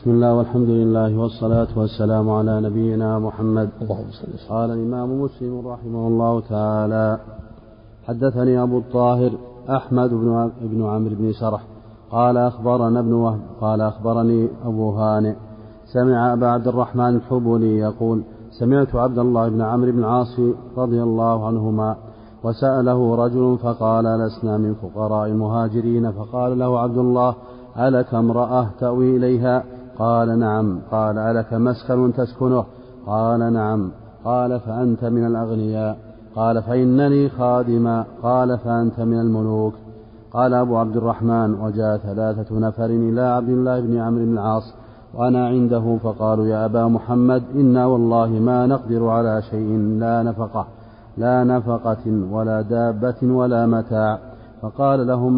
بسم الله والحمد لله والصلاة والسلام على نبينا محمد. قال الإمام مسلم رحمه الله تعالى: حدثني أبو الطاهر أحمد بن عمرو بن سرح قال أخبرنا ابن وهب قال أخبرني أبو هانئ سمع أبا عبد الرحمن الحبولي يقول: سمعت عبد الله بن عمرو بن العاص رضي الله عنهما وسأله رجل فقال: لسنا من فقراء المهاجرين. فقال له عبد الله: ألك امرأة تأوي إليها؟ قال: نعم. قال: ألك مسكن تسكنه؟ قال: نعم. قال: فأنت من الأغنياء؟ قال: فإنني خادما. قال: فأنت من الملوك. قال أبو عبد الرحمن: وجاء 3 نفر إلى عبد الله بن عمرو بن العاص وأنا عنده فقالوا: يا أبا محمد، إنا والله ما نقدر على شيء، لا نفقة ولا دابة ولا متاع. فقال لهم: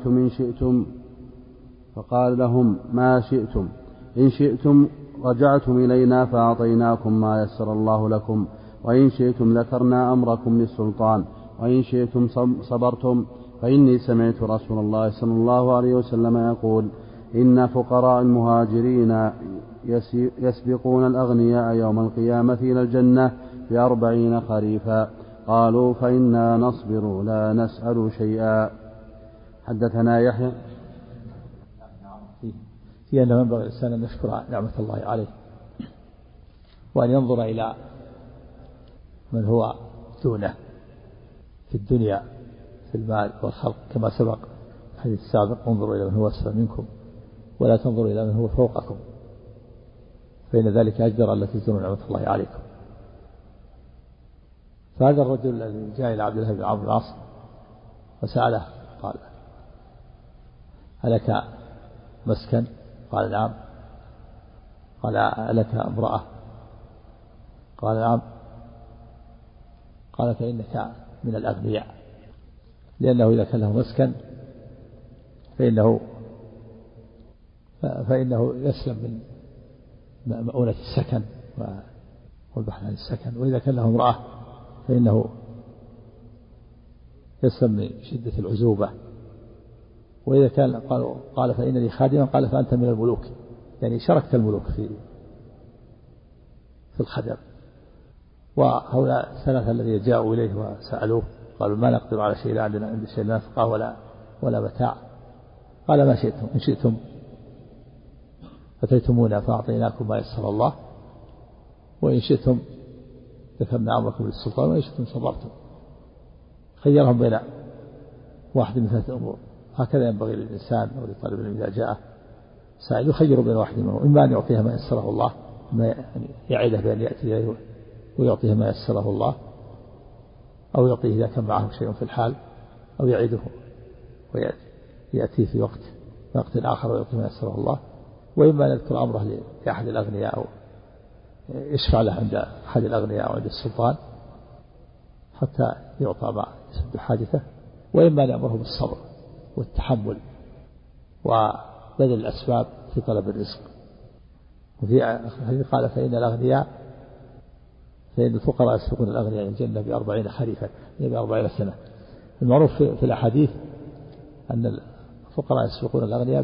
ما شئتم إن شئتم رجعتم إلينا فأعطيناكم ما يسر الله لكم، وإن شئتم ذكرنا أمركم للسلطان، وإن شئتم صبرتم. فإني سمعت رسول الله صلى الله عليه وسلم يقول: إن فقراء المهاجرين يسبقون الأغنياء يوم القيامة إلى الجنة ب40 خريفا. قالوا: فإنا نصبر لا نسأل شيئا. حدثنا يحيى في أن ينبغي الإنسان أن يشكر نعمة الله عليه، وأن ينظر إلى من هو دونه في الدنيا في المال والخلق، كما سبق الحديث السابق: انظروا إلى من هو أسفل منكم ولا تنظروا إلى من هو فوقكم، فإن ذلك أجدر ألا تزدروا نعمة الله عليكم. فهذا الرجل الذي جاء إلى عبد الله بن عمرو بن العاص وسأله قال: ألك مسكن؟ قال: نعم. قال: ألك امرأة؟ قال: نعم. قال: فإنك من الأغنياء، لأنه إذا كان له مسكن فإنه يسلم من مؤونة السكن والبحث عن السكن، وإذا كان له امرأة فإنه يسلم من شدة العزوبة، وإذا كان قال: فإنني خادما. قال: فأنت من الملوك، يعني شركت الملوك في الخدم. وهؤلاء 3 الذين جاءوا إليه وسألوه قالوا: ما نقدر على شيء، لا عندنا شيء لا نفقه ولا متاع. قال: ما شئتم إن شئتم أتيتمونا فأعطيناكم ما يسر الله، وإن شئتم ذكرنا أمركم للسلطان، وإن شئتم صبرتم. خيرهم بين واحد من 3 أمور. هكذا ينبغي للإنسان أو لطالب العلم إذا جاء سائل يخير بين واحد منهم، إما أن يعطيها ما يسره الله، ما يعيده بأن يأتي إليه ويعطيه ما يسره الله، أو يعطيه إذا كان معه شيء في الحال، أو يعيده ويأتيه في وقت آخر ويعطيه ما يسره الله، وإما أن يذكر أمره لأحد الأغنياء أو يشفع له عند أحد الأغنياء أو عند السلطان حتى يعطى ما يسد حاجته، وإما أن يأمره بالصبر والتحمل وبذل الأسباب في طلب الرزق. وفي قال: فإن الفقراء يسبقون الأغنياء الجنة ب40 خريفا، يعني ب40 سنة. المعروف في الأحاديث أن الفقراء يسبقون الأغنياء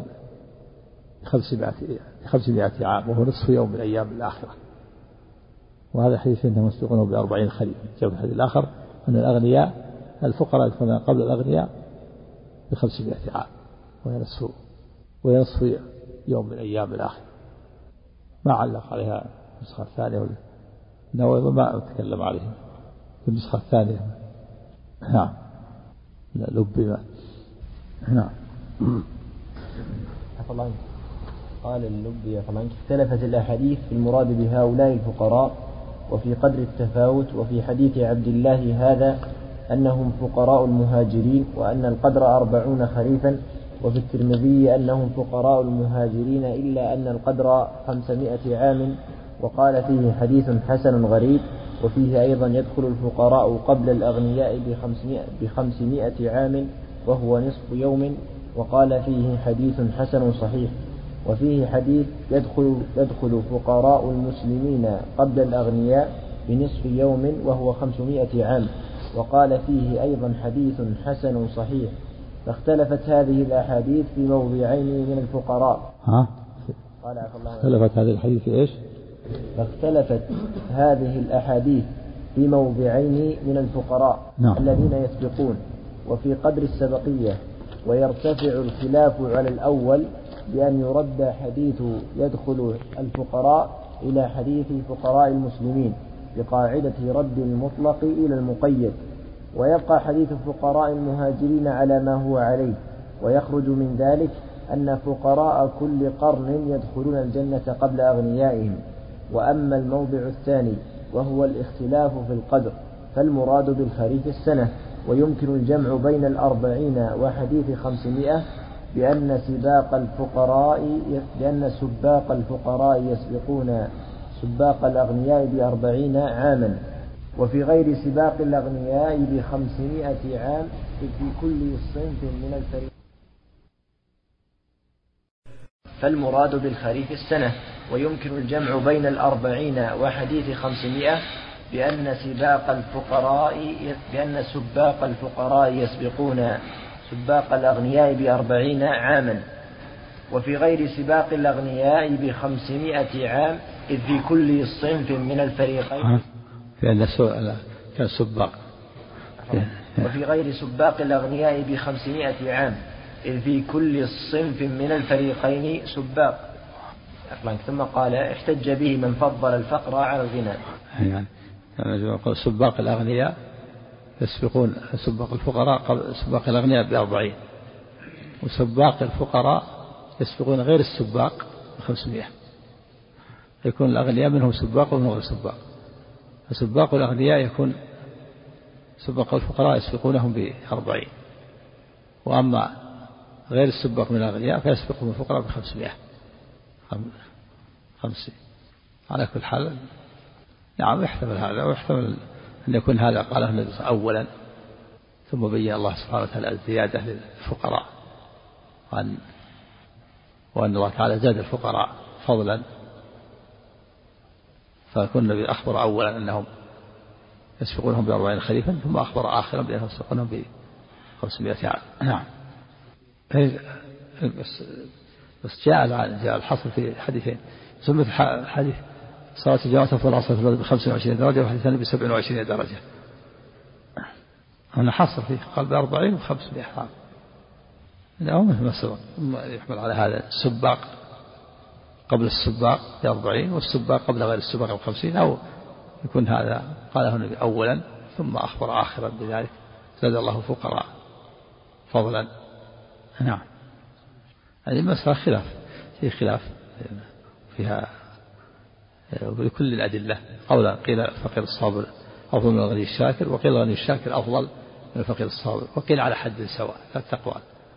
ب500 عام، وهو نصف يوم من أيام الآخرة. وهذا حديث أنهم يسبقونه ب40 خريفا. جاء في الحديث الآخر أن الفقراء يدخلون قبل الأغنياء ب500 عام، وهي نصف يوم من أيام الآخرة. ما علق عليها النسخة الثانية النووي ما أتكلم عليه في النسخة الثانية. نعم. لا لب. نعم. قال اللبي: فمن اختلفت الأحاديث في المراد بهؤلاء الفقراء وفي قدر التفاوت. وفي حديث عبد الله هذا أنهم فقراء المهاجرين وأن القدر 40 خريفا. وفي الترمذي أنهم فقراء المهاجرين إلا أن القدر 500 عام. وقال فيه حديث حسن غريب. وفيه أيضا يدخل الفقراء قبل الأغنياء ب500 عام وهو نصف يوم. وقال فيه حديث حسن صحيح. وفيه حديث يدخل فقراء المسلمين قبل الأغنياء بنصف يوم وهو 500 عام. وقال فيه أيضا حديث حسن صحيح. فاختلفت هذه الأحاديث في موضعين من الفقراء. قال عفى الله اختلفت هذه الحديث في إيش؟ فاختلفت هذه الأحاديث في موضعين من الفقراء الذين يسبقون وفي قدر السبقية، ويرتفع الخلاف على الأول بأن يرد حديث يدخل الفقراء إلى حديث فقراء المسلمين بقاعدة رد المطلق إلى المقيد، ويبقى حديث فقراء المهاجرين على ما هو عليه، ويخرج من ذلك أن فقراء كل قرن يدخلون الجنة قبل أغنيائهم. وأما الموضع الثاني وهو الاختلاف في القدر فالمراد بالخريف السنة، ويمكن الجمع بين 40 وحديث 500 بأن سباق الفقراء يسبقون سباق الأغنياء ب40 عاما، وفي غير سباق الأغنياء ب500 عام في كل صنف من الفريق. فالمراد بالخريف السنة، ويمكن الجمع بين 40 وحديث 500 بأن سباق الفقراء يسبقون سباق الأغنياء ب40 عاما، وفي غير سباق الأغنياء ب500 عام، إذ في كل صنف من الفريقين لأن كان سباق، وفي غير سباق الأغنياء ب500 عام، إذ في كل صنف من الفريقين سباق. ثم قال احتج به من فضل الفقر على الغنى. يعني سباق الأغنياء يسبقون سباق الفقراء قبل سباق الأغنياء ب40، وسباق الفقراء يسبقون غير السباق ب500، يكون الأغنياء منهم سباق ومنهم غير سباق. فسباق الأغنياء يكون سباق الفقراء يسبقونهم ب40، وأما غير السباق من الأغنياء فيسبقهم الفقراء ب500. على كل حال نعم يحتمل هذا، ويحتمل أن يكون هذا قاله النبي أولا، ثم بين الله سبحانه وتعالى الزيادة للفقراء، وأن الله تعالى زاد الفقراء فضلا، فيكون النبي أخبر أولا أنهم يسبقونهم ب40 خريفا، ثم أخبر آخرا بأنهم يسبقونهم ب500 عام. نعم. بس جاء الحصر في حديثين، سمت حديث صلاة الجماعة في العصر ب25 درجة، وحديث ثاني ب27 درجة. أنا حصر فيه قال ب40 و500 عام. لا مثل ما سبق، يحمل على هذا السباق قبل السباق ب40 والسباق قبل غير السباق ب50، أو يكون هذا قاله النبي أولا ثم أخبر آخرا بذلك زاد الله الفقراء فضلا. نعم. هذه المسألة خلاف فيها ولكل الأدلة قولا، قيل فقير الصابر أفضل من الغني الشاكر، وقيل الغني الشاكر أفضل من الفقير الصابر، وقيل على حد سواء التقوى.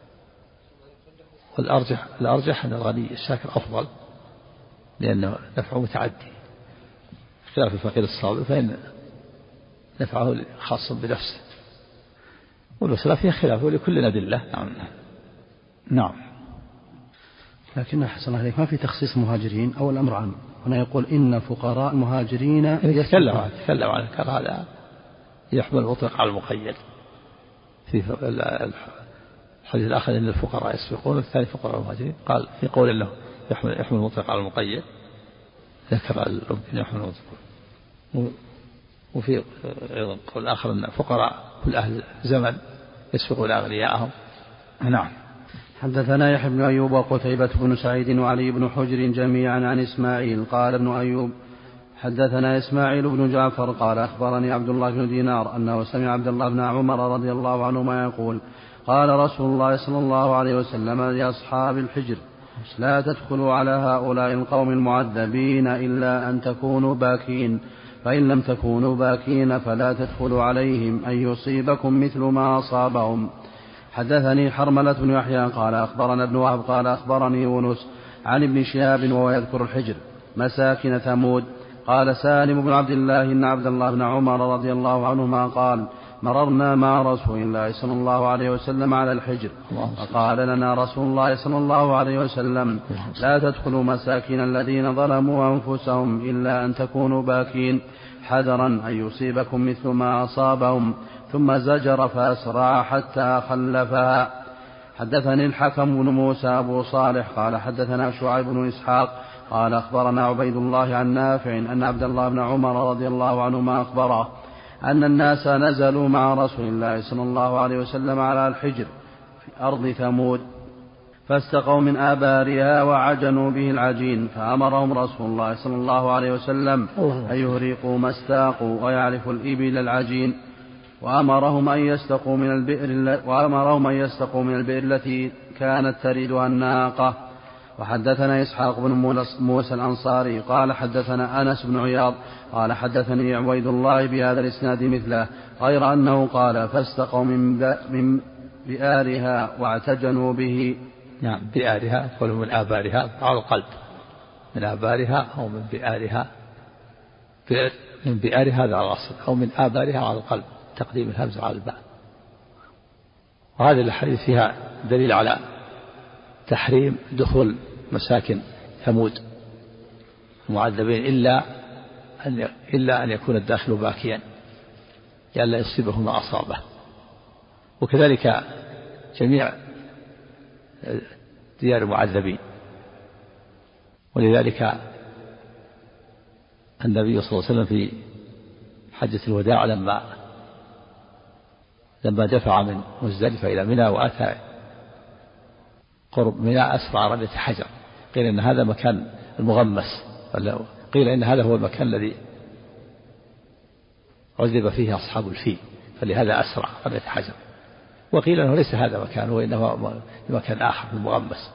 والأرجح أن الغني الشاكر أفضل لأنه نفعه متعدي، خلاف الفقير الصابر فإن نفعه خاص بنفسه. والمسألة فيها خلاف ولكل الأدلة. نعم. لكن حسن عليك ما في تخصيص مهاجرين أو الأمر عام، هنا يقول إن فقراء المهاجرين يتكلم عنه كان هذا يحمل المطلق على المقيد. في الحديث الآخر إن الفقراء يسبقون، والثاني فقراء المهاجرين، قال في قول له يحمل المطلق على المقيد، ذكر الأمر يحمل المطلق. وفي أيضا قول آخر أن فقراء كل أهل زمن يسبقون أغنياءهم. نعم. حدثنا يحيى بن أيوب وقتيبة بن سعيد وعلي بن حجر جميعا عن إسماعيل قال ابن أيوب حدثنا إسماعيل بن جعفر قال أخبرني عبد الله بن دينار أنه سمع عبد الله بن عمر رضي الله عنهما يقول قال رسول الله صلى الله عليه وسلم لأصحاب الحجر لا تدخلوا على هؤلاء القوم المعذبين إلا أن تكونوا باكين، فإن لم تكونوا باكين فلا تدخلوا عليهم أن يصيبكم مثل ما أصابهم. حدثني حرملة بن يحيى قال أخبرنا ابن وهب قال أخبرني يونس عن ابن شهاب وهو يذكر الحجر مساكن ثمود قال سالم بن عبد الله إن عبد الله بن عمر رضي الله عنهما قال مررنا مع رسول الله صلى الله عليه وسلم على الحجر فقال لنا رسول الله صلى الله عليه وسلم لا تدخلوا مساكن الذين ظلموا أنفسهم إلا أن تكونوا باكين حذرا أن يصيبكم مثل ما أصابهم، ثم زجر فأسرع حتى خلفها. حدثني الحكم بن موسى أبو صالح قال حدثنا شعيب بن إسحاق قال أخبرنا عبيد الله عن نافع أن عبد الله بن عمر رضي الله عنهما أخبره أن الناس نزلوا مع رسول الله صلى الله عليه وسلم على الحجر في أرض ثمود فاستقوا من آبارها وعجنوا به العجين، فأمرهم رسول الله صلى الله عليه وسلم أن يهريقوا ما استاقوا ويعرفوا الإبل العجين، وأمرهم أن يستقوا من البئر التي كانت تريدها الناقة. وحدثنا إسحاق بن موسى الأنصاري قال حدثنا أنس بن عياض قال حدثني عبيد الله بهذا الإسناد مثله، غير أنه قال فاستقوا من بئارها واعتجنوا به. نعم، بئارها قالوا من آبارها على القلب، من آبارها أو من بئارها، من بئارها هذا على الأصل، أو من آبارها على القلب، تقديم الهمزة على الباء. وهذه الحديث فيها دليل على تحريم دخول مساكن ثمود المعذبين إلا أن يكون الداخل باكيا لئلا يصيبه ما أصابه. وكذلك جميع ديار المعذبين. ولذلك النبي صلى الله عليه وسلم في حجة الوداع لما دفع من مزدلفة إلى منى وأتى قرب منى أسرع رمية حجر، قيل إن هذا مكان المغمس، قيل إن هذا هو المكان الذي عذب فيه أصحاب الفيل فلهذا أسرع رمية حجر، وقيل أنه ليس هذا مكانه وإنما مكان آخر المغمس.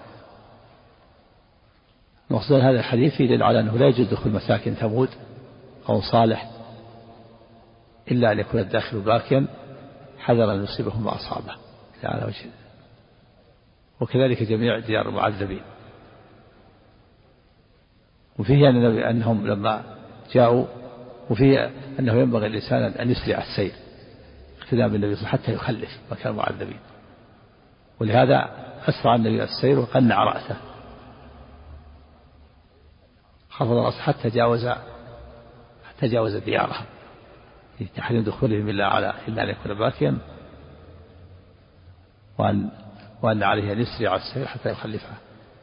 مقصود هذا الحديث يدل على أنه لا يجوز دخول مساكن ثمود قوم صالح إلا أن يكون الداخل باكيا حذر أن يصيبهم ما أصابه على وجه. وكذلك جميع ديار المعذبين. وفيه أنهم لما جاءوا، وفيه أنه ينبغي الإنسان أن يسرع السير اقتداء بالنبي حتى يخلف مكان المعذبين، ولهذا أسرع النبي السير وقنع رأسه خفض رأسه حتى جاوز ديارهم لتحريم دخولهم إلا أن يكون باكيا، وأن عليه أن يسرع السير حتى يخلفها.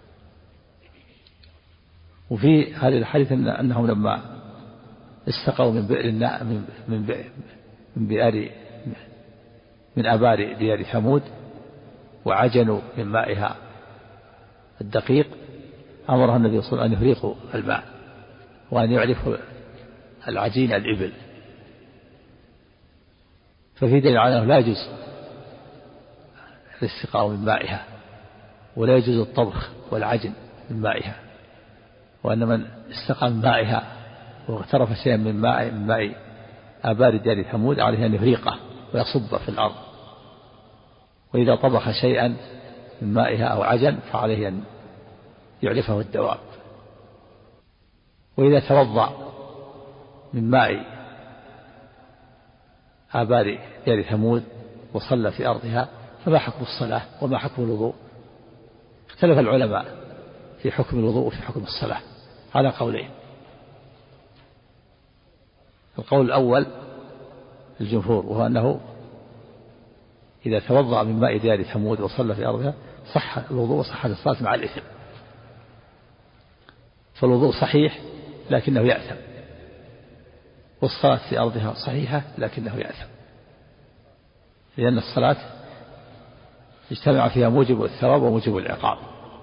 وفي هذه الحديث أنهم لما استقوا من بئر من آبار ديار ثمود وعجنوا من مائها الدقيق، أمرها النبي صلى الله عليه وسلم أن يهريقوا الماء وأن يعرفوا العجين الإبل. ففي دليل على أنه لا يجوز الاستقاء من مائها، ولا يجوز الطبخ والعجن من مائها، وأن من استقى من مائها واغترف شيئا من ماء آبار ديار ثمود عليه أن يهريقه ويصب في الأرض، وإذا طبخ شيئا من مائها أو عجن فعليه أن يعرفه الدواب. وإذا توضأ من ماء آبار ديار ثمود وصلى في أرضها فما حكم الصلاة وما حكم الوضوء؟ اختلف العلماء في حكم الوضوء وفي حكم الصلاة على قولين. القول الأول الجمهور، وهو أنه إذا توضأ من ماء ديار ثمود وصلى في أرضها صح الوضوء وصحت الصلاة مع الإثم، فالوضوء صحيح لكنه يأثم، والصلاة في أرضها صحيحة لكنه يأثم، لأن الصلاة اجتمع فيها موجب الثواب وموجب العقاب،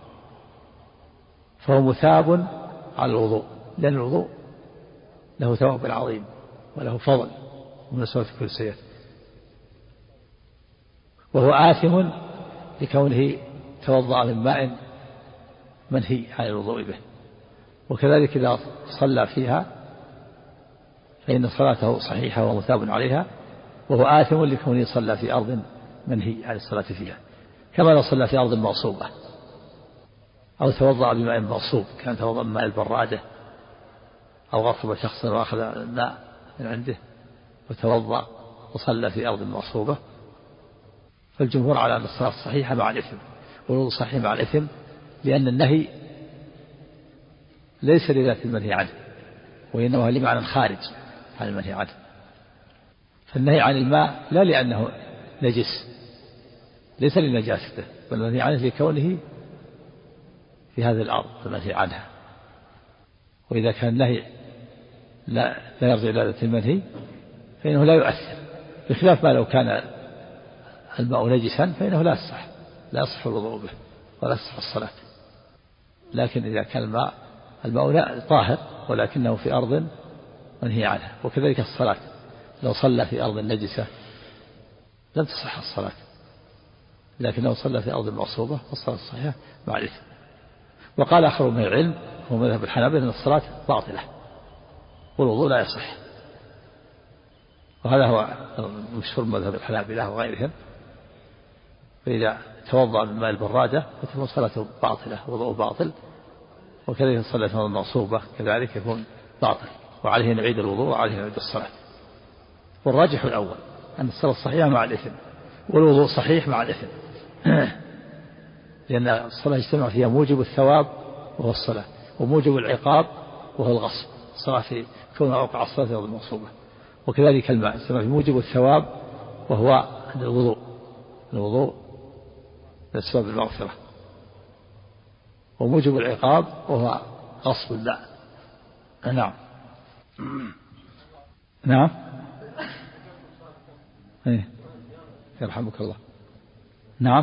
فهو مثاب على الوضوء، لأن الوضوء له ثواب عظيم وله فضل من سوء كل سيئة، وهو آثم لكونه توضأ من ماء منهي عن الوضوء به. وكذلك إذا صلى فيها فإن صلاته صحيحة ومثاب عليها، وهو آثم لكونه صلى في أرض منهي عن الصلاة فيها، كما لو صلى في أرض مغصوبة أو توضأ بماء مغصوب، كان توضأ بماء البرادة أو غصب شخص وأخذ الماء من عنده وتوضأ وصلى في أرض مغصوبة، فالجمهور على أن الصلاة صحيحة مع الإثم والوضوء صحيح مع الإثم، لأن النهي ليس لذات المنهي عنه وإنما لمعنى خارج عن المنهي عنه. فالنهي عن الماء لا لأنه نجس، ليس لنجاسته، والمنهي عنه لكونه في هذه الأرض المنهي عنها. وإذا كان النهي لا يرجع إلى ذات المنهي فإنه لا يؤثر، بخلاف ما لو كان الماء نجسا فإنه لا يصح الوضوء به ولا تصح الصلاة. لكن إذا كان الماء طاهر ولكنه في أرض منهي عنها، وكذلك الصلاة لو صلى في أرض نجسة لم تصح الصلاة، لكن لو صلى في أرض مغصوبة فالصلاة صحيحة مع الإثم. وقال آخر من العلم هو مذهب الحنابلة أن الصلاة باطلة والوضوء لا يصح، وهذا هو مشهور مذهب الحنابلة وغيرهم. فإذا توضأ من ماء البرادة فتكون صلاته باطلة وضوء باطل، وكذلك صلاة المغصوبة كذلك يكون باطل، وعليه نعيد الوضوء وعليه نعيد الصلاة. والراجح الأول أن الصلاة صحيحة مع الإثم والوضوء صحيح مع الإثم، لأن الصلاة يجتمع فيها موجب الثواب وهو الصلاة، وموجب العقاب وهو الغصب. الصلاة في كون أوقع الصلاة أو المغصوبة، وكذلك الماء يجتمع في موجب الثواب وهو الوضوء من أسباب المغفرة، وموجب العقاب وهو غصب الماء. نعم نعم يرحمك الله. نعم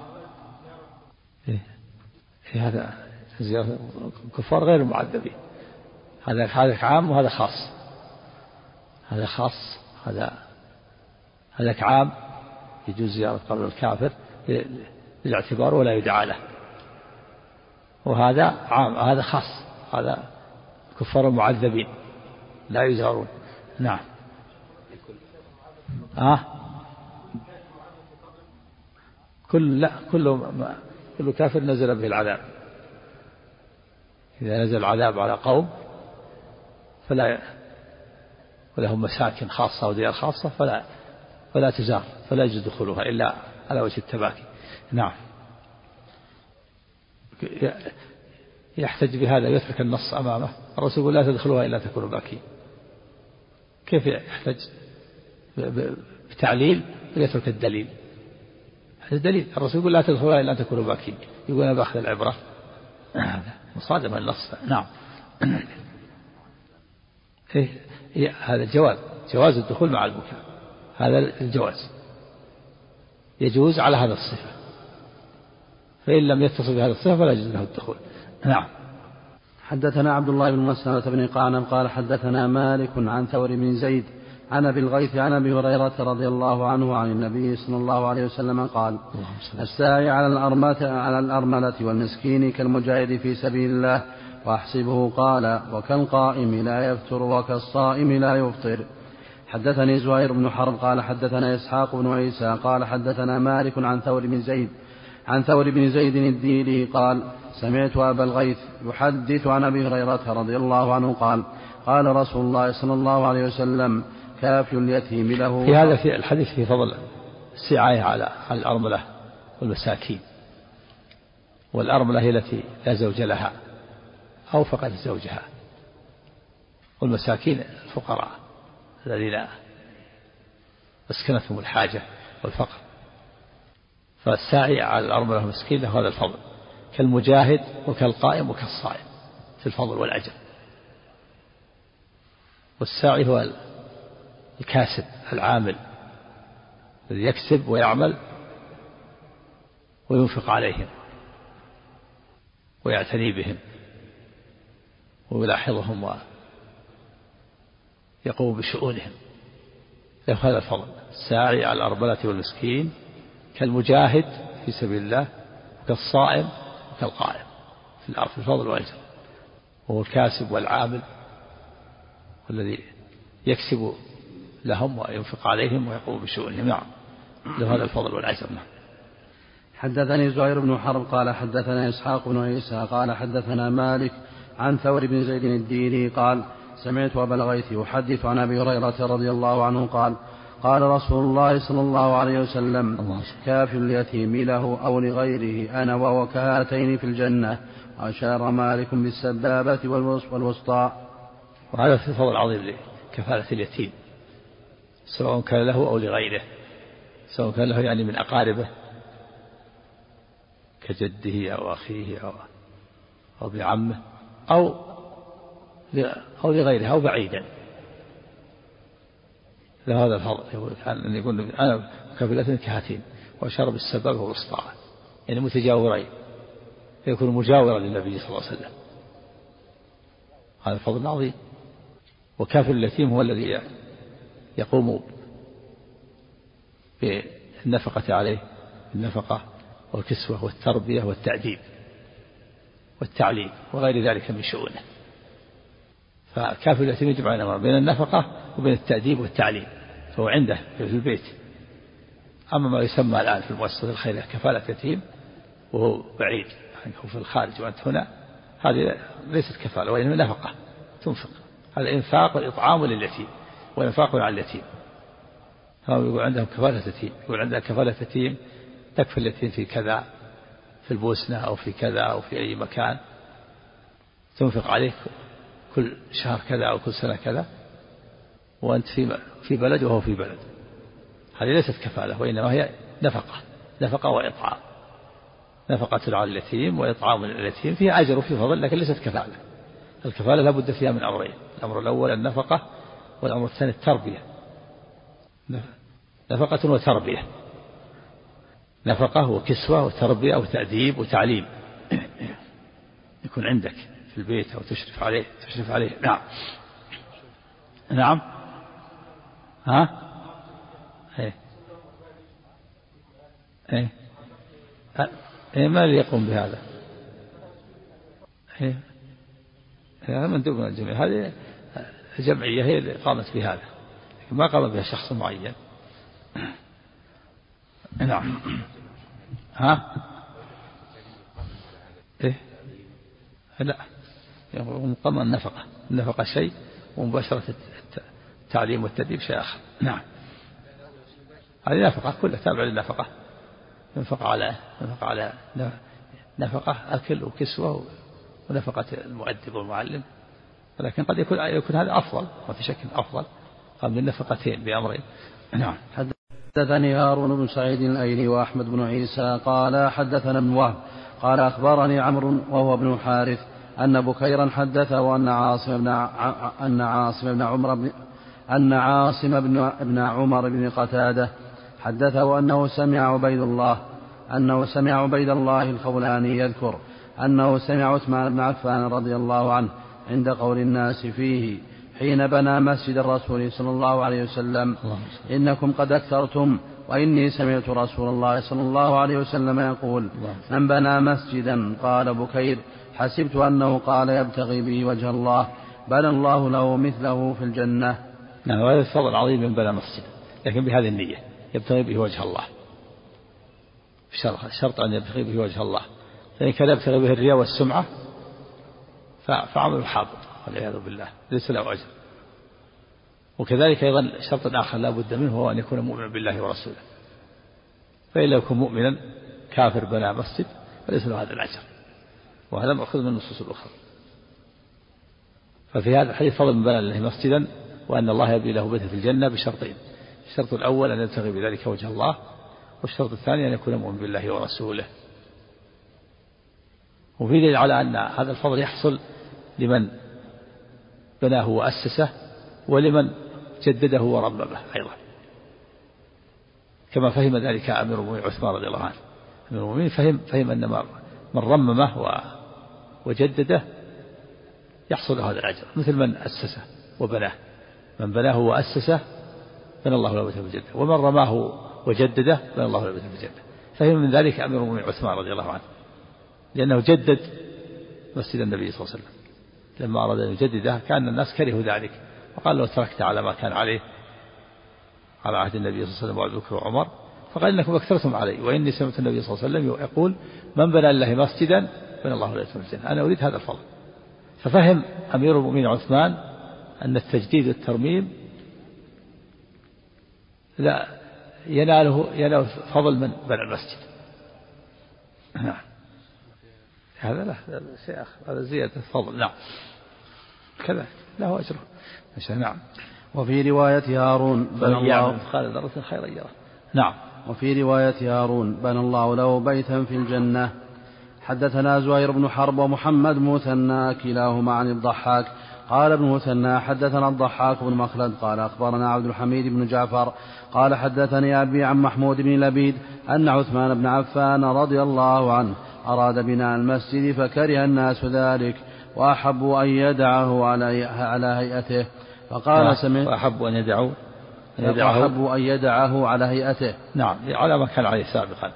في هذا زيارة الكفار غير المعذبين، هذا عام وهذا خاص، هذا خاص، هذا عام يجوز زيارة قبر الكافر بالاعتبار ولا يدعى له، وهذا عام هذا خاص، هذا كفار المعذبين لا يزارون. نعم كل كافر نزل به العذاب. إذا نزل العذاب على قوم ولهم مساكن خاصة وديار خاصة فلا تزار، فلا يجوز دخولها إلا على وجه التباكي. نعم يحتج بهذا يترك النص أمامه، الرسول يقول لا تدخلوها إلا تكونوا باكين. كيف يحتج بتعليل ويترك الدليل؟ هذا دليل، الرسول يقول لا تدخلوها إلا تكونوا باكين، يقول أنا بأخذ العبرة، هذا مصادمة النص. نعم هذا جواز الدخول مع البكاء، هذا الجواز يجوز على هذا الصفة، فإن لم يتصل بهذا الصفة فلا يجوز له الدخول. نعم. حدثنا عبد الله بن مسلمة بن قعنب قال حدثنا مالك عن ثور بن زيد عن أبي الغيث عن أبي هريرة رضي الله عنه عن النبي صلى الله عليه وسلم قال الساعي على الأرملة والمسكين كالمجاهد في سبيل الله، وأحسبه قال وكالقائم لا يفتر وكالصائم لا يفطر. حدثني زهير بن حرب قال حدثنا إسحاق بن عيسى قال حدثنا مالك عن ثور بن زيد الديلي قال سمعت أبا الغيث يحدث عن أبي هريرة رضي الله عنه قال قال رسول الله صلى الله عليه وسلم كافي اليتيم له. في هذا في الحديث في فضل السعاية على الأرملة والمساكين، والأرملة هي التي لا زوج لها أو فقدت زوجها، والمساكين الفقراء الذين مسكنتهم الحاجة والفقر. فالساعي على الأرملة والمسكين له هذا الفضل، كالمجاهد وكالقائم وكالصائم في الفضل والأجر. والساعي هو الكاسب العامل الذي يكسب ويعمل وينفق عليهم ويعتني بهم ويلاحظهم ويقوم بشؤونهم، له هذا الفضل. الساعي على الأرملة والمسكين كالمجاهد في سبيل الله كالصائم كالقائم في الأرض في الفضل والأجر، وهو الكاسب والعامل والذي يكسب لهم وينفق عليهم ويقوم بشؤونهم. نعم له هذا الفضل والأجر. نعم. حدثني زهير بن حرب قال حدثنا إسحاق بن عيسى قال حدثنا مالك عن ثور بن زيد الديلي قال سمعت أبا الغيث يحدث عن أبي هريرة رضي الله عنه قال قال رسول الله صلى الله عليه وسلم كافي اليتيم له أو لغيره أنا وهو كهاتين في الجنة، وأشار مالك بالسبابة والوسطى. وهذا في فضل عظيم لكفالة اليتيم، سواء كان له أو لغيره، سواء كان له يعني من أقاربه كجده أو أخيه أو بعمه أو لغيره أو بعيدا. لهذا الفضل يقول أن يقول أنا كفلة كهاتين وأشار بالسبب والوسطى، يعني متجاورين، فيكون مجاورا للنبي صلى الله عليه وسلم. هذا الفضل عظيم. وكافل اليتيم هو الذي يقوم بالنفقة عليه، النفقة والكسوة والتربية والتأديب والتعليم وغير ذلك من شؤونه. فكافل اليتيم يجب علينا بين النفقة وبين التأديب والتعليم، فهو عنده في البيت. أما ما يسمى الآن في المؤسسة الخيرية كفالة يتيم وهو بعيد عنه في الخارج وأنت هنا، هذه ليست كفالة وإنما نفقة تنفق. هذا إنفاق والإطعام لليتيم وإنفاق على اليتيم. هو يقول عندهم كفالة يتيم، يقول عندها كفالة يتيم تكفل اليتيم في كذا، في البوسنة أو في كذا أو في أي مكان، تنفق عليه كل شهر كذا أو كل سنة كذا، وأنت في بلد وهو في بلد. هذه ليست كفالة وإنما هي نفقة وإطعام. نفقة على اليتيم وإطعام اليتيم فيها أجر وفي فضل، لكن ليست كفالة. الكفالة لابد فيها من أمرين: الأمر الأول النفقة، والأمر الثاني التربية. نفقة وتربية، نفقة وكسوة وتربية وتأديب وتعليم يكون عندك في البيت أو تشرف عليه. نعم. ها ما اللي يقوم بهذا؟ هذا مندوب من الجمعية، هذه الجمعية هي اللي قامت بهذا، لكن ما قام بها شخص معين. نعم. لا، مقام النفقة شيء، ومباشرة التعليم والتدريب شيء آخر. نعم. هذه نفقة كلها تابعة للنفقة، ينفق على نفقة أكل وكسوة ونفقة المؤدب والمعلم، ولكن قد يكون هذا أفضل، وفي شكل أفضل، قام بالنفقتين بأمرين. نعم. حدثني هارون بن سعيد الأيلي وأحمد بن عيسى قال حدثنا ابن وهب قال أخبرني عمرو وهو ابن حارث أن بكيرا حدثه أن عاصم بن عمر بن قتادة حدثه أنه سمع عبيد الله الخولاني يذكر أنه سمع عثمان بن عفان رضي الله عنه عند قول الناس فيه حين بنى مسجد الرسول صلى الله عليه وسلم: إنكم قد أكثرتم، وإني سمعت رسول الله صلى الله عليه وسلم يقول: من بنى مسجدا. قال بكير: حسبت أنه قال يبتغي به وجه الله، بنى الله له مثله في الجنة. نعم. وهذا الفضل العظيم من بنى مسجد، لكن بهذه النية يبتغي به وجه الله، شرط أن يبتغي به وجه الله، فإن كان يبتغي به الرياء والسمعة فعمل حابط والعياذ بالله، ليس له أجر. وكذلك أيضا شرط آخر لا بد منه هو أن يكون مؤمنا بالله ورسوله، فإن لم يكن مؤمنا كافر بنى مسجد فليس له هذا الأجر، وهذا مأخوذ من النصوص الأخرى. ففي هذا الحديث فضل من بنى الله مسجدا وأن الله يبني له بيتا في الجنة بشرطين: الشرط الأول أن يبتغي بذلك وجه الله، والشرط الثاني أن يكون مؤمنا بالله ورسوله. وفي دليل على أن هذا الفضل يحصل لمن بناه وأسسه ولمن جدده ورممه أيضا، كما فهم ذلك أمير المؤمنين عثمان رضي الله عنه. أمير المؤمنين فهم أن من رممه وجدده يحصل له هذا الأجر، مثل من أسسه وبناه. من بناه وأسسه بنى الله له بيتا في الجنة، ومن رماه وجدده بنى الله له بيتا في الجنة. فهم من ذلك أمير المؤمنين عثمان رضي الله عنه، لأنه جدد مسجد النبي صلى الله عليه وسلم. لما أراد أن يجدده كان الناس كرهوا ذلك، وقال: لو تركت على ما كان عليه على عهد النبي صلى الله عليه وسلم وأبي بكر وعمر، فقال: إنكم أكثرتم علي، وإني سمعت النبي صلى الله عليه وسلم يقول: من بنى لله مسجدا بنى الله له بيتا في الجنة. أنا أريد هذا الفضل. ففهم أمير المؤمنين عثمان أن التجديد والترميم لا ينال فضل من بنى المسجد. نعم. هذا لا شيء آخر، هذا زيادة الفضل. نعم. كذا له أجره. نعم. وفي رواية هارون بنى الله قال ذرة خيرا يره. نعم. وفي رواية هارون بنى الله له بيتا في الجنة. حدثنا زهير بن حرب ومحمد مثنى كلاهما عن الضحاك قال ابن مثنى حدثنا الضحاك بن مخلد قال أخبرنا عبد الحميد بن جعفر قال حدثني أبي عن محمود بن لبيد أن عثمان بن عفان رضي الله عنه أراد بناء المسجد فكره الناس ذلك وأحبوا أن يدعه على هيئته فقال سمعت وأحبوا أن يدعه على هيئته. نعم على ما كان عليه سابقا.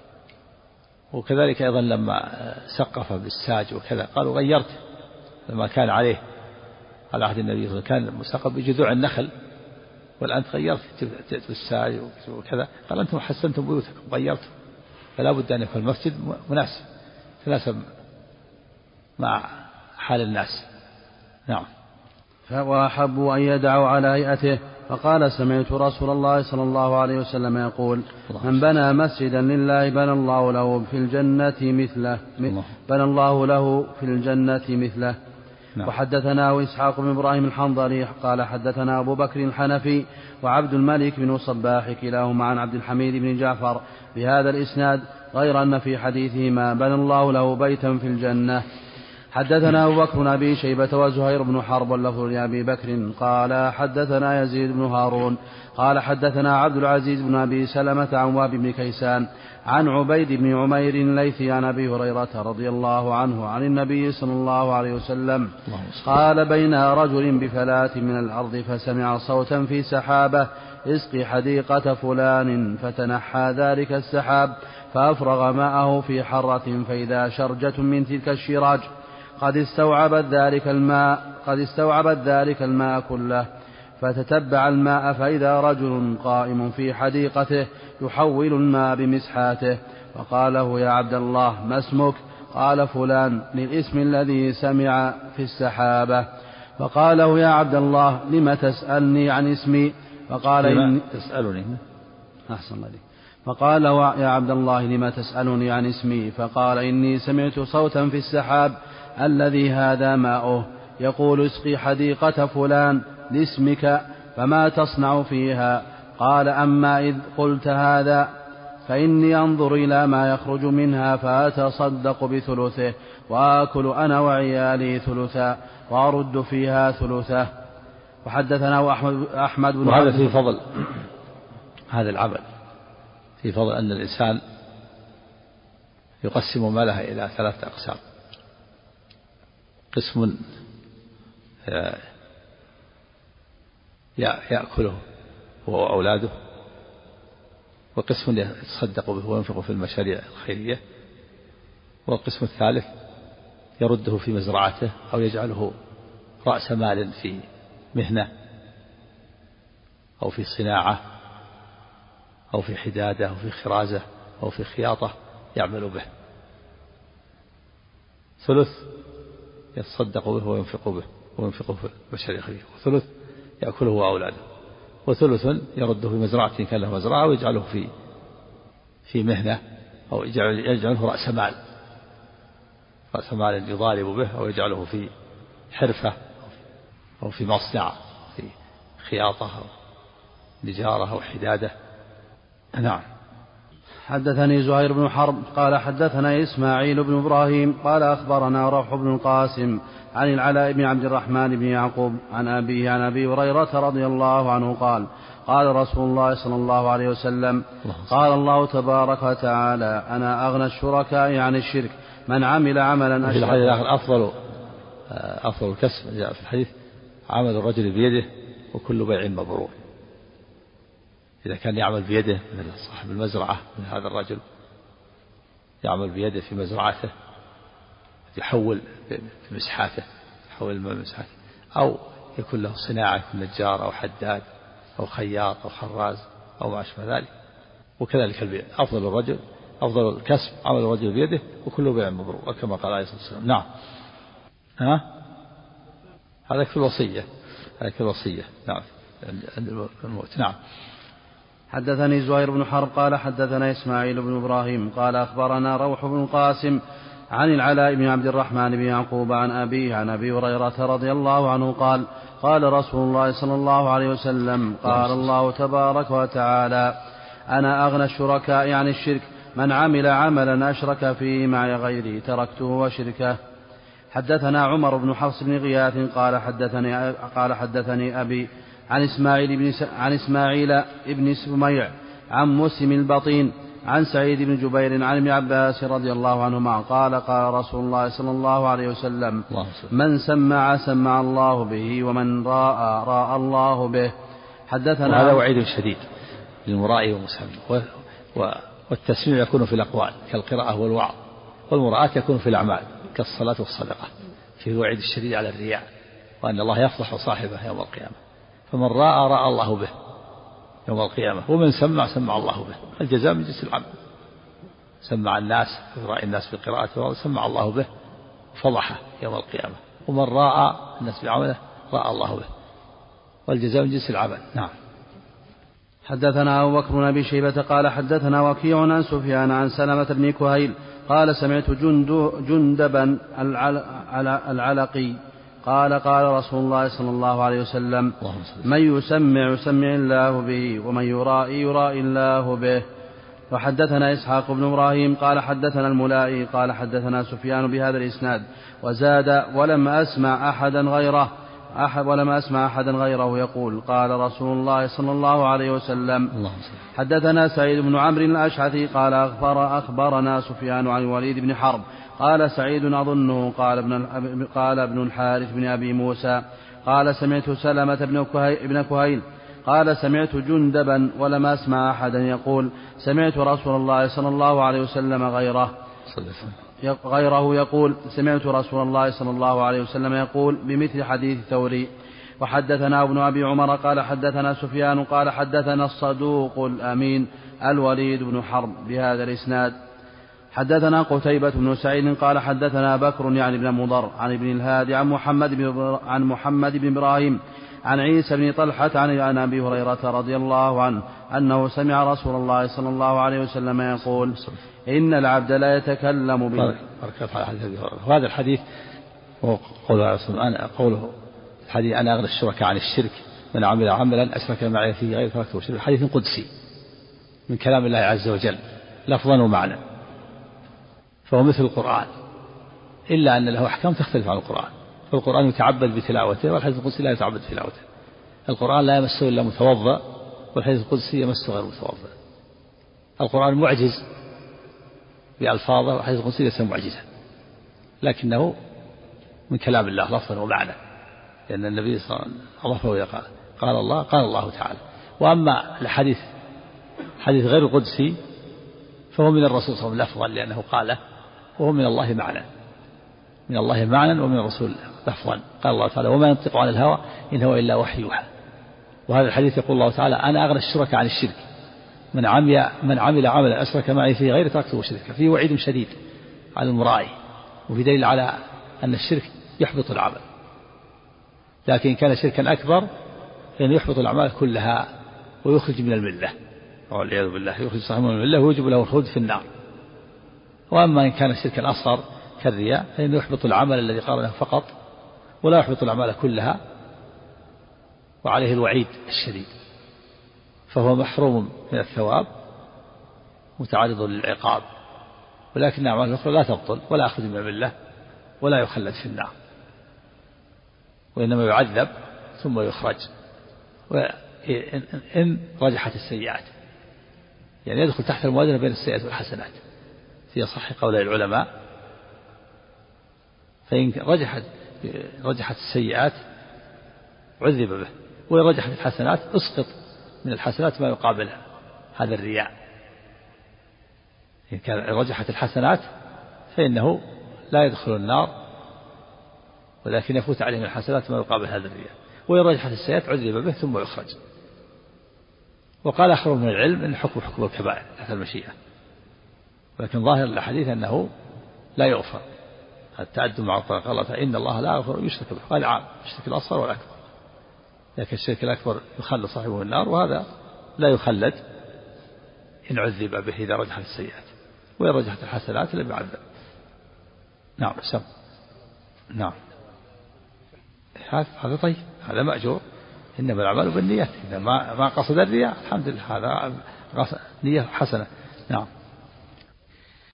وكذلك أيضا لما سقف بالساج وكذا قالوا غيرت لما كان عليه على عهد النبي صلى الله عليه وسلم كان مسقف بجذوع النخل والآن تغيرت بالساج وكذا قال أنتم حسنتم بيوتكم غيرتم فلا بد أن يكون المسجد مناسب تناسب مع حال الناس. نعم. وأحبوا أن يدعوا على هيئته فقال سمعت رسول الله صلى الله عليه وسلم يقول من بنى مسجدا لله بنى الله له في الجنة مثله. نعم. وحدثنا إسحاق بن إبراهيم الحنظلي قال حدثنا أبو بكر الحنفي وعبد الملك بن صباح كلاهما عن عبد الحميد بن جعفر بهذا الإسناد غير أن في حديثهما بنى الله له بيتا في الجنة. حدثنا أبو بكر بن أبي شيبة وزهير بن حرب واللفظ لأبي بكر قال حدثنا يزيد بن هارون قال حدثنا عبد العزيز بن أبي سلمة عن وهب بن كيسان عن عبيد بن عمير الليثي عن أبي هريرة رضي الله عنه عن النبي صلى الله عليه وسلم قال بين رجل بفلاة من الأرض فسمع صوتا في سحابة اسقي حديقة فلان فتنحى ذلك السحاب فأفرغ ماءه في حرة فإذا شرجة من تلك الشراج قد استوعبت ذلك الماء كله فتتبع الماء فإذا رجل قائم في حديقته يحول الماء بمسحاته فقال له يا عبد الله ما اسمك؟ قال فلان للاسم الذي سمع في السحابة. فقال له يا عبد الله لم تسألني عن اسمي؟ فقال إني تسألني أحسن الله. فقال له يا عبد الله لم تسألني عن اسمي؟ فقال إني سمعت صوتا في السحاب الذي هذا ماؤه يقول اسقي حديقة فلان لاسمك فما تصنع فيها؟ قال أما إذ قلت هذا فإني أنظر إلى ما يخرج منها فأتصدق بثلثه وآكل أنا وعيالي ثلثا وأرد فيها ثلثه. وحدثنا أحمد بن وهذا في فضل هذا العمل في فضل أن الإنسان يقسم ماله إلى 3 أقسام قسم يأكله هو وأولاده وقسم يتصدق به وينفق في المشاريع الخيرية والقسم الثالث يرده في مزرعته أو يجعله رأس مال في مهنة أو في صناعة أو في حدادة أو في خرازة أو في خياطة يعمل به. ثلث يتصدق به وينفقه في المشاريع الخيرية وثلث يأكله وأولاده وثلث يرده في مزرعة إن كان له مزرعة ويجعله في مهنة أو يجعله رأس مال يضارب به أو يجعله في حرفة أو في مصنع في خياطة أو نجارة أو حدادة. نعم. حدثني زهير بن حرب قال حدثنا إسماعيل بن إبراهيم قال أخبرنا روح بن القاسم عن العلاء بن عبد الرحمن بن يعقوب عن أبيه عن أبي هريرة رضي الله عنه قال قال رسول الله صلى الله عليه وسلم قال الله تبارك وتعالى أنا أغنى الشركاء عن الشرك من عمل عملا في الحديث الآخر أفضل الكسب جاء في الحديث عمل الرجل بيده وكل بيع مبرور. إذا كان يعمل بيده من صاحب المزرعة من هذا الرجل يعمل بيده في مزرعته يحول بمسحاته يحول الماء بمسحاته أو يكون له صناعة يكون نجار أو حداد أو خياط أو خراز أو ما أشبه ذلك. وكذلك البيع أفضل الكسب عمل الرجل بيده وكل بيع مبرور كما قال عليه الصلاة والسلام. نعم. هذا في الوصية. نعم عند الموت. نعم. حدثني زهير بن حرب قال حدثنا إسماعيل بن إبراهيم قال أخبرنا روح بن القاسم عن العلاء بن عبد الرحمن بن يعقوب عن أبيه عن أبي هريرة رضي الله عنه قال قال رسول الله صلى الله عليه وسلم قال الله تبارك وتعالى أنا أغنى الشركاء عن الشرك من عمل عملا أشرك فيه معي غيري تركته وشركه. حدثنا عمر بن حفص بن غياث قال حدثني أبي عن إسماعيل بن سميع عن مسلم البطين عن سعيد بن جبير عن ابن عباس رضي الله عنهما قال قال رسول الله صلى الله عليه وسلم من سمع الله به ومن راى الله به. حدثنا هذا وعيد شديد للمرائي والمسمع، والتسميع يكون في الأقوال كالقراءة والوعظ، والمراءة يكون في الأعمال كالصلاة والصدقة. فيه الوعيد الشديد على الرياء، وأن الله يفضح صاحبه يوم القيامة. فمن راى الله به يوم القيامة، ومن سمع الله به. الجزاء من جنس العمل. سمع الناس يرائي الناس بقراءته وسمع الله به فضحه يوم القيامة، ومن راى الناس بعمله راى الله به، والجزاء من جنس العمل. نعم. حدثنا أبو بكر بن أبي شيبة قال حدثنا وكيع عن سفيان عن سلمة بن كهيل قال سمعت جندبا العلقي قال قال رسول الله صلى الله عليه وسلم من يسمع الله به ومن يرائي الله به. وحدثنا إسحاق بن إبراهيم قال حدثنا الملائي قال حدثنا سفيان بهذا الإسناد وزاد ولم أسمع أحدا غيره يقول قال رسول الله صلى الله عليه وسلم. حدثنا سعيد بن عمرو الأشعثي قال أخبرنا سفيان عن الوليد بن حرب قال سعيد أظنه قال ابن الحارث بن أبي موسى قال سمعت سلمة بن كهيل قال سمعت جندبا ولم أسمع أحدا يقول سمعت رسول الله صلى الله عليه وسلم غيره يقول سمعت رسول الله صلى الله عليه وسلم يقول بمثل حديث ثوري. وحدثنا ابن أبي عمر قال حدثنا سفيان قال حدثنا الصدوق الأمين الوليد بن حرب بهذا الإسناد. حدثنا قتيبة بن سعيد قال حدثنا بكر يعني بن مضر عن ابن الهادي عن محمد بن إبراهيم عن عيسى بن طلحة عن أبي هريرة رضي الله عنه أنه سمع رسول الله صلى الله عليه وسلم يقول إن العبد لا يتكلم وهذا الحديث قوله الحديث أنا أغنى الشركاء عن الشرك من عمل عملا أشرك معي فيه غير تركته وشرك. حديث قدسي من كلام الله عز وجل لفظا ومعنى، فهو مثل القرآن إلا أن له أحكام تختلف عن القرآن. فالقرآن يتعبد بتلاوته والحديث القدسي لا يتعبد بتلاوته. القرآن لا يمسه إلا متوضأ والحديث القدسي يمسه غير متوضأ. القرآن معجز بألفاظه والحديث القدسي ليس معجزا، لكنه من كلام الله لفظا ومعنى، لأن النبي صلى الله عليه وسلم قال الله تعالى. وأما الحديث حديث غير القدسي فهو من الرسول صلى الله عليه وسلم لفظا لأنه قاله، وهو من الله معنى ومن الرسول لفظا. قال الله تعالى وما ينطق عن الهوى إن هو إلا وحي يوحى. وهذا الحديث يقول الله تعالى أنا أغنى الشركاء عن الشرك من عمل عملا أشرك معي فيه غير تركته وشركه. فيه وعيد شديد على المرائي، وفي دليل على أن الشرك يحبط العمل، لكن كان شركا أكبر فإنه يحبط الأعمال كلها ويخرج من الملة والعياذ بالله، يخرج صاحبه من الملة ويجب له الخلد في النار. وأما إن كان شركا أصغر كالرياء فإنه يحبط العمل الذي قارنه فقط ولا يحبط الأعمال كلها، وعليه الوعيد الشديد، فهو محروم من الثواب متعرض للعقاب. ولكن الأعمال الأخرى لا تبطل ولا يخرج من الملة ولا يخلد في النار، وإنما يعذب ثم يخرج إن رجحت السيئات، يعني يدخل تحت الموازنة بين السيئات والحسنات في صح قولي العلماء. فإن رجحت السيئات عذب به، وإن رجحت الحسنات اسقط من الحسنات ما يقابل هذا الرياء. إن كان رجحت الحسنات فإنه لا يدخل النار، ولكن يفوت عليه من الحسنات ما يقابل هذا الرياء. وإن رجحت السيئات عذب به ثم يخرج. وقال آخر من العلم إن حكم الكبائر تحت المشيئة، ولكن ظاهر الحديث أنه لا يغفر التعدد مع القرآن. قال الله إن الله لا يغفر يشرك به، قال عام الشرك الأصغر والأكبر، لكن الشرك الأكبر يخلد صاحبه النار، وهذا لا يخلد إن عذب به إذا رجحت السيئات، وإن رجحت الحسنات لم يعذب. نعم سم. نعم هذا طيب، هذا مأجور. إنما الأعمال بالنيات، إذا ما قصد الرياء الحمد لله هذا نية حسنة. نعم.